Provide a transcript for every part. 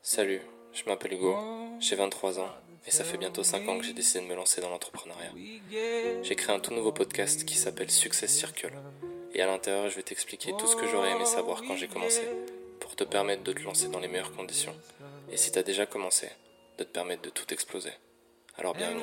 Salut, je m'appelle Hugo, j'ai 23 ans et ça fait bientôt 5 ans que j'ai décidé de me lancer dans l'entrepreneuriat. J'ai créé un tout nouveau podcast qui s'appelle Success Circle et à l'intérieur je vais t'expliquer tout ce que j'aurais aimé savoir quand j'ai commencé pour te permettre de te lancer dans les meilleures conditions et si t'as déjà commencé, de te permettre de tout exploser. Alors bienvenue.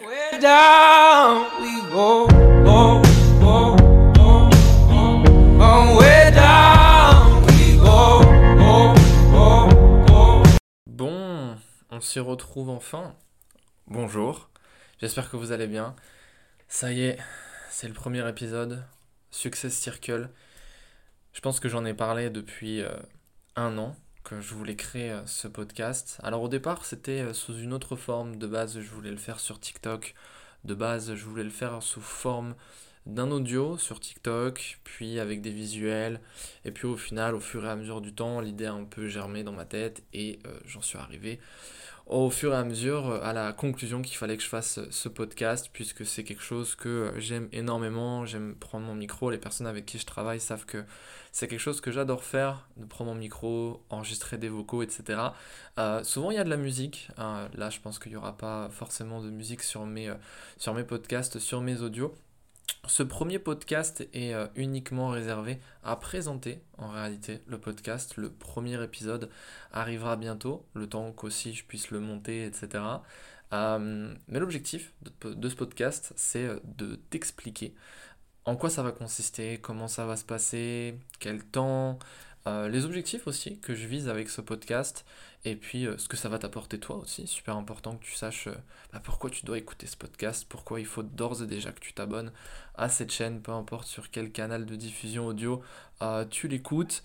Bon, on s'y retrouve enfin. Bonjour, j'espère que vous allez bien. Ça y est, c'est le premier épisode, Success Circle. Je pense que j'en ai parlé depuis un an que je voulais créer ce podcast. Alors au départ, c'était sous une autre forme. De base, je voulais le faire sur TikTok. De base, je voulais le faire sous forme d'un audio sur TikTok, puis avec des visuels. Et puis au final, au fur et à mesure du temps, l'idée a un peu germé dans ma tête et j'en suis arrivé au fur et à mesure à la conclusion qu'il fallait que je fasse ce podcast puisque c'est quelque chose que j'aime énormément, j'aime prendre mon micro, les personnes avec qui je travaille savent que c'est quelque chose que j'adore faire, de prendre mon micro, enregistrer des vocaux, etc. Souvent il y a de la musique, là je pense qu'il n'y aura pas forcément de musique sur mes podcasts, sur mes audios. Ce premier podcast est uniquement réservé à présenter en réalité le podcast. Le premier épisode arrivera bientôt, le temps qu'aussi je puisse le monter, etc. Mais l'objectif de ce podcast, c'est de t'expliquer en quoi ça va consister, comment ça va se passer, quel temps, les objectifs aussi que je vise avec ce podcast, et puis ce que ça va t'apporter toi aussi. Super important que tu saches pourquoi tu dois écouter ce podcast, pourquoi il faut d'ores et déjà que tu t'abonnes à cette chaîne, peu importe sur quel canal de diffusion audio tu l'écoutes.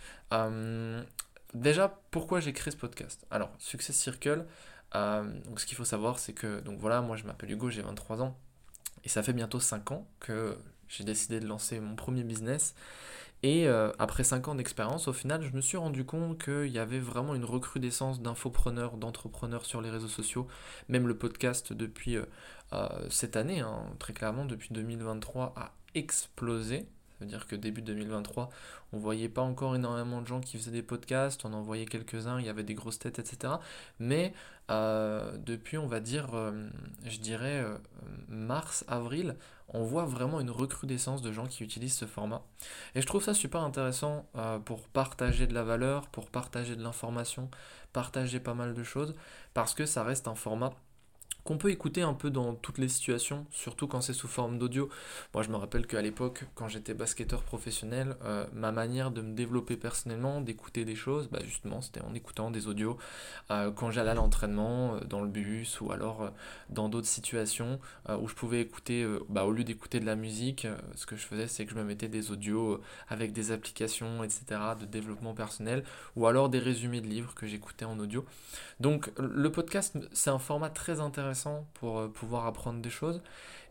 Déjà, pourquoi j'ai créé ce podcast? Alors, Success Circle, donc ce qu'il faut savoir, c'est que, donc voilà, moi je m'appelle Hugo, j'ai 23 ans, et ça fait bientôt 5 ans que j'ai décidé de lancer mon premier business. Et après 5 ans d'expérience, au final, je me suis rendu compte qu'il y avait vraiment une recrudescence d'infopreneurs, d'entrepreneurs sur les réseaux sociaux. Même le podcast depuis cette année, hein, très clairement, depuis 2023, a explosé. Ça veut dire que début 2023, on voyait pas encore énormément de gens qui faisaient des podcasts, on en voyait quelques-uns, il y avait des grosses têtes, etc. Mais depuis, on va dire, je dirais, mars, avril, on voit vraiment une recrudescence de gens qui utilisent ce format. Et je trouve ça super intéressant pour partager de la valeur, pour partager de l'information, partager pas mal de choses, parce que ça reste un format qu'on peut écouter un peu dans toutes les situations, surtout quand c'est sous forme d'audio. Moi, je me rappelle qu'à l'époque, quand j'étais basketteur professionnel, ma manière de me développer personnellement, d'écouter des choses, justement, c'était en écoutant des audios quand j'allais à l'entraînement, dans le bus, ou alors dans d'autres situations où je pouvais écouter, au lieu d'écouter de la musique, ce que je faisais, c'est que je me mettais des audios avec des applications, etc., de développement personnel, ou alors des résumés de livres que j'écoutais en audio. Donc le podcast, c'est un format très intéressant pour pouvoir apprendre des choses.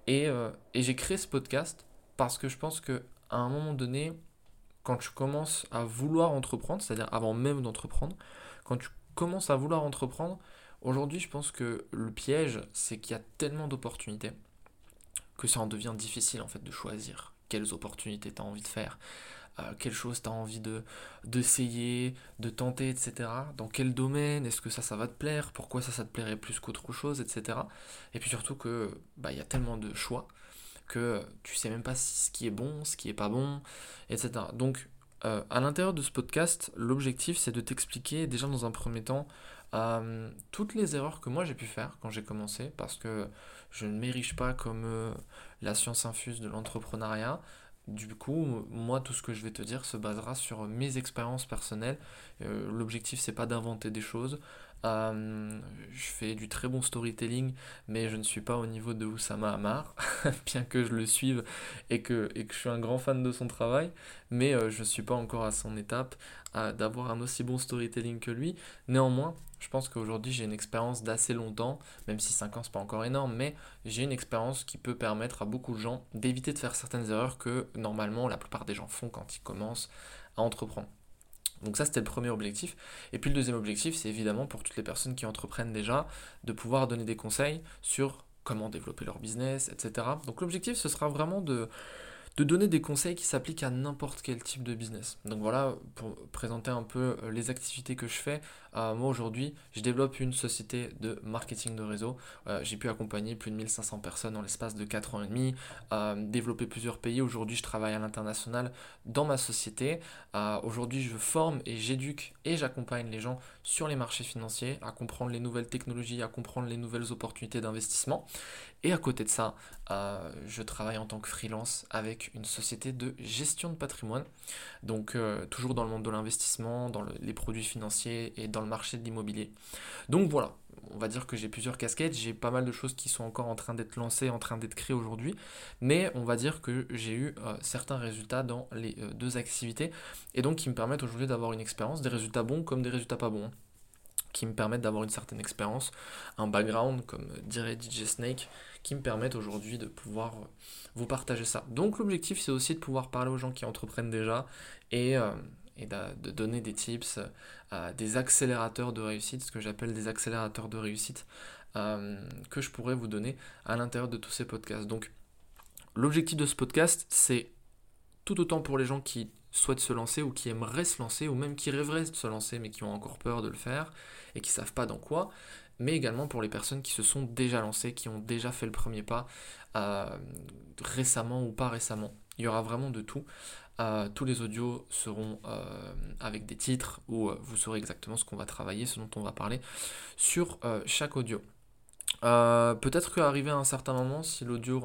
Et j'ai créé ce podcast parce que je pense qu'à un moment donné, quand tu commences à vouloir entreprendre, c'est-à-dire avant même d'entreprendre, quand tu commences à vouloir entreprendre, aujourd'hui je pense que le piège, c'est qu'il y a tellement d'opportunités que ça en devient difficile en fait de choisir quelles opportunités tu as envie de faire, quelle chose tu as envie d'essayer, de tenter, etc. Dans quel domaine, est-ce que ça va te plaire, pourquoi ça te plairait plus qu'autre chose, etc. Et puis surtout que il y a tellement de choix que tu sais même pas ce qui est bon, ce qui est pas bon, etc. Donc à l'intérieur de ce podcast, l'objectif c'est de t'expliquer déjà dans un premier temps toutes les erreurs que moi j'ai pu faire quand j'ai commencé, parce que je ne m'érige pas comme la science infuse de l'entrepreneuriat. Du coup, moi, tout ce que je vais te dire se basera sur mes expériences personnelles. L'objectif, c'est pas d'inventer des choses. Je fais du très bon storytelling, mais je ne suis pas au niveau de Oussama Hamar, bien que je le suive et que je suis un grand fan de son travail. Mais je ne suis pas encore à son étape d'avoir un aussi bon storytelling que lui. Néanmoins, je pense qu'aujourd'hui, j'ai une expérience d'assez longtemps, même si 5 ans, c'est pas encore énorme, mais j'ai une expérience qui peut permettre à beaucoup de gens d'éviter de faire certaines erreurs que normalement la plupart des gens font quand ils commencent à entreprendre. Donc ça, c'était le premier objectif. Et puis le deuxième objectif, c'est évidemment pour toutes les personnes qui entreprennent déjà, de pouvoir donner des conseils sur comment développer leur business, etc. Donc l'objectif, ce sera vraiment de donner des conseils qui s'appliquent à n'importe quel type de business. Donc voilà, pour présenter un peu les activités que je fais, moi aujourd'hui, je développe une société de marketing de réseau. J'ai pu accompagner plus de 1500 personnes en l'espace de 4 ans et demi, développer plusieurs pays. Aujourd'hui, je travaille à l'international dans ma société. Aujourd'hui, je forme et j'éduque et j'accompagne les gens sur les marchés financiers, à comprendre les nouvelles technologies, à comprendre les nouvelles opportunités d'investissement. Et à côté de ça, je travaille en tant que freelance avec une société de gestion de patrimoine. Donc toujours dans le monde de l'investissement, dans les produits financiers et dans le marché de l'immobilier. Donc voilà, on va dire que j'ai plusieurs casquettes, j'ai pas mal de choses qui sont encore en train d'être lancées, en train d'être créées aujourd'hui, mais on va dire que j'ai eu certains résultats dans les deux activités, et donc qui me permettent aujourd'hui d'avoir une expérience, des résultats bons comme des résultats pas bons, qui me permettent d'avoir une certaine expérience, un background, comme dirait DJ Snake, qui me permettent aujourd'hui de pouvoir vous partager ça. Donc l'objectif, c'est aussi de pouvoir parler aux gens qui entreprennent déjà et de donner des tips, des accélérateurs de réussite, ce que j'appelle des accélérateurs de réussite, que je pourrais vous donner à l'intérieur de tous ces podcasts. Donc l'objectif de ce podcast, c'est tout autant pour les gens qui souhaitent se lancer ou qui aimeraient se lancer ou même qui rêveraient de se lancer mais qui ont encore peur de le faire et qui ne savent pas dans quoi, mais également pour les personnes qui se sont déjà lancées, qui ont déjà fait le premier pas récemment ou pas récemment. Il y aura vraiment de tout. Tous les audios seront avec des titres où vous saurez exactement ce qu'on va travailler, ce dont on va parler sur chaque audio. Peut-être qu'arrivé à un certain moment, si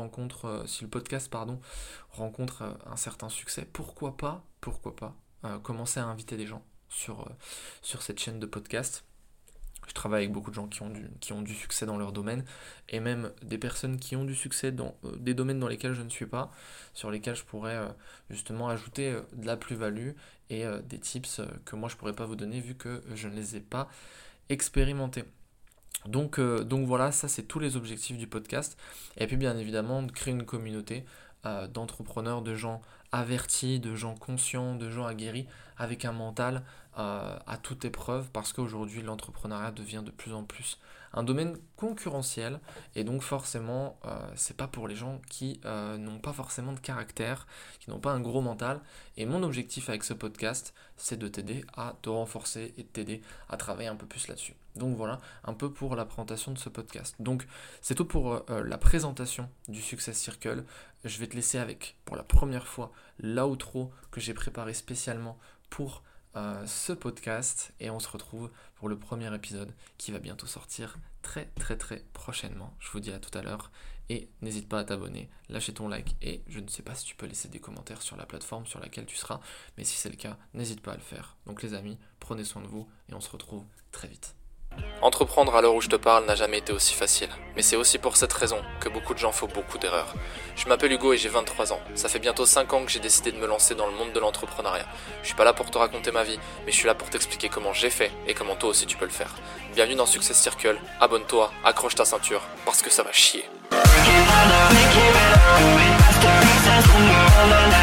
le podcast rencontre un certain succès, pourquoi pas commencer à inviter des gens sur cette chaîne de podcast. Je travaille avec beaucoup de gens qui ont du succès dans leur domaine, et même des personnes qui ont du succès dans des domaines dans lesquels je ne suis pas, sur lesquels je pourrais justement ajouter de la plus-value et des tips que moi je pourrais pas vous donner vu que je ne les ai pas expérimentés. Donc voilà, ça c'est tous les objectifs du podcast. Et puis bien évidemment de créer une communauté d'entrepreneurs, de gens avertis, de gens conscients, de gens aguerris, avec un mental à toute épreuve, parce qu'aujourd'hui l'entrepreneuriat devient de plus en plus un domaine concurrentiel, et donc forcément c'est pas pour les gens qui n'ont pas forcément de caractère, qui n'ont pas un gros mental. Et mon objectif avec ce podcast, c'est de t'aider à te renforcer et de t'aider à travailler un peu plus là-dessus. Donc voilà, un peu pour la présentation de ce podcast. Donc c'est tout pour la présentation du Success Circle. Je vais te laisser avec, pour la première fois, l'outro que j'ai préparé spécialement pour ce podcast, et on se retrouve pour le premier épisode qui va bientôt sortir très très très prochainement. Je vous dis à tout à l'heure, et n'hésite pas à t'abonner, lâcher ton like, et je ne sais pas si tu peux laisser des commentaires sur la plateforme sur laquelle tu seras, mais si c'est le cas, n'hésite pas à le faire. Donc les amis, prenez soin de vous et on se retrouve très vite. Entreprendre à l'heure où je te parle n'a jamais été aussi facile, mais c'est aussi pour cette raison que beaucoup de gens font beaucoup d'erreurs. Je m'appelle Hugo et j'ai 23 ans. Ça fait bientôt 5 ans que j'ai décidé de me lancer dans le monde de l'entrepreneuriat. Je suis pas là pour te raconter ma vie, mais je suis là pour t'expliquer comment j'ai fait et comment toi aussi tu peux le faire. Bienvenue dans Success Circle, abonne-toi, accroche ta ceinture, parce que ça va chier.